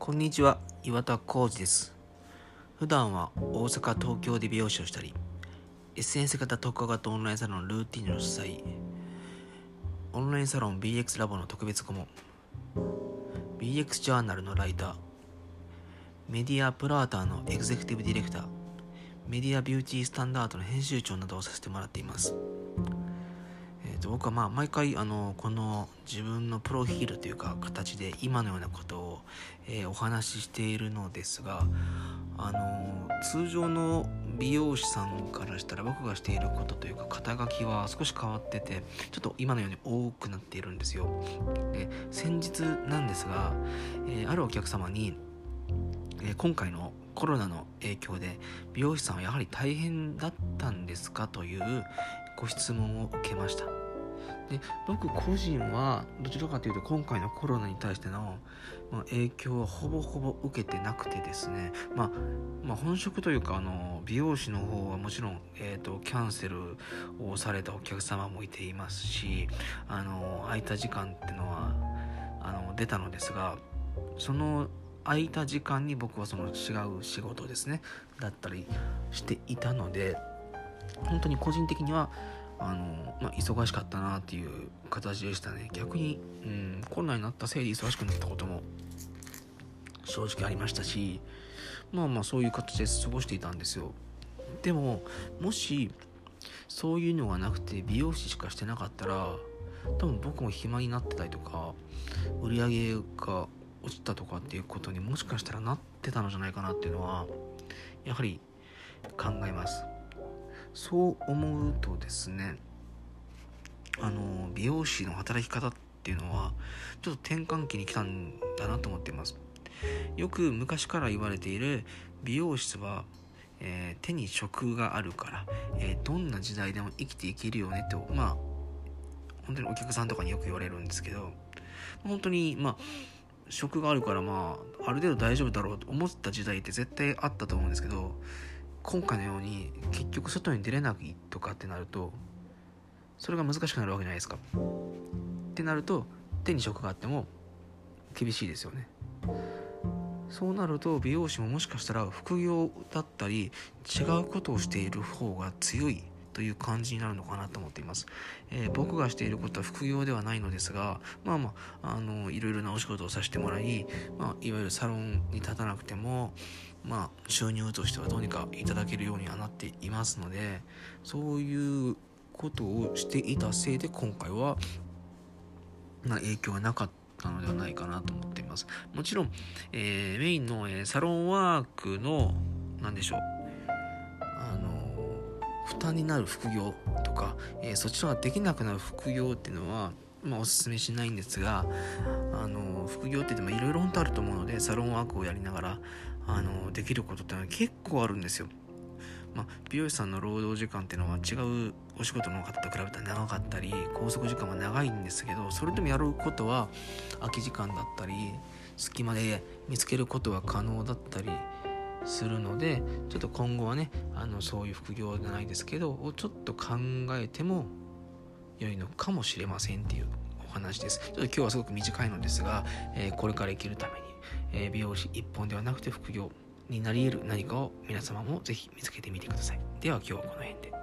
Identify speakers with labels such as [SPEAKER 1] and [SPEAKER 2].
[SPEAKER 1] こんにちは、岩田浩二です。普段は大阪、東京で美容師をしたり、SNS 型特化型オンラインサロンルーティンの主催、オンラインサロン BX ラボの特別顧問、BX ジャーナルのライター、メディアプラーターのエグゼクティブディレクター、メディアビューティースタンダードの編集長などをさせてもらっています。僕は毎回この自分のプロフィールというか形で今のようなことを、お話ししているのですが、通常の美容師さんからしたら僕がしていることというか肩書きは少し変わってて、ちょっと今のように多くなっているんですよ。で、先日なんですが、あるお客様に、今回のコロナの影響で美容師さんはやはり大変だったんですかというご質問を受けました。で、僕個人はどちらかというと今回のコロナに対しての、影響はほぼほぼ受けてなくてですね、本職というか美容師の方はもちろん、キャンセルをされたお客様もいていますし、空いた時間っていうのは出たのですが、その空いた時間に僕はその違う仕事ですねだったりしていたので、本当に個人的には忙しかったなっていう形でしたね。逆に、コロナになったせいで忙しくなったことも正直ありましたし、そういう形で過ごしていたんですよ。でももしそういうのがなくて美容師しかしてなかったら、多分僕も暇になってたりとか売り上げが落ちたとかっていうことにもしかしたらなってたのじゃないかなっていうのはやはり考えます。そう思うとですね、美容師の働き方っていうのはちょっと転換期に来たんだなと思っています。よく昔から言われている美容室は、手に職があるから、どんな時代でも生きていけるよねと、本当にお客さんとかによく言われるんですけど、本当に職があるからある程度大丈夫だろうと思った時代って絶対あったと思うんですけど、今回のように結局外に出れないとかってなるとそれが難しくなるわけじゃないですか。ってなると手に職があっても厳しいですよね。そうなると美容師ももしかしたら副業だったり違うことをしている方が強いという感じになるのかなと思っています。僕がしていることは副業ではないのですが、いろいろなお仕事をさせてもらい、いわゆるサロンに立たなくても収入としてはどうにかいただけるようにはなっていますので、そういうことをしていたせいで今回は影響がなかったのではないかなと思っています。もちろん、メインの、サロンワークの負担になる副業とか、そちらができなくなる副業っていうのはおすすめしないんですが、副業っていろいろ本当あると思うので、サロンワークをやりながらできることってのは結構あるんですよ。美容師さんの労働時間っていうのは違うお仕事の方と比べたら長かったり拘束時間は長いんですけど、それでもやることは空き時間だったり隙間で見つけることは可能だったりするので、ちょっと今後はねそういう副業じゃないですけどをちょっと考えても良いのかもしれませんっていうお話です。ちょっと今日はすごく短いのですが、これから生きるために、美容師一本ではなくて副業になり得る何かを皆様もぜひ見つけてみてください。では今日はこの辺で。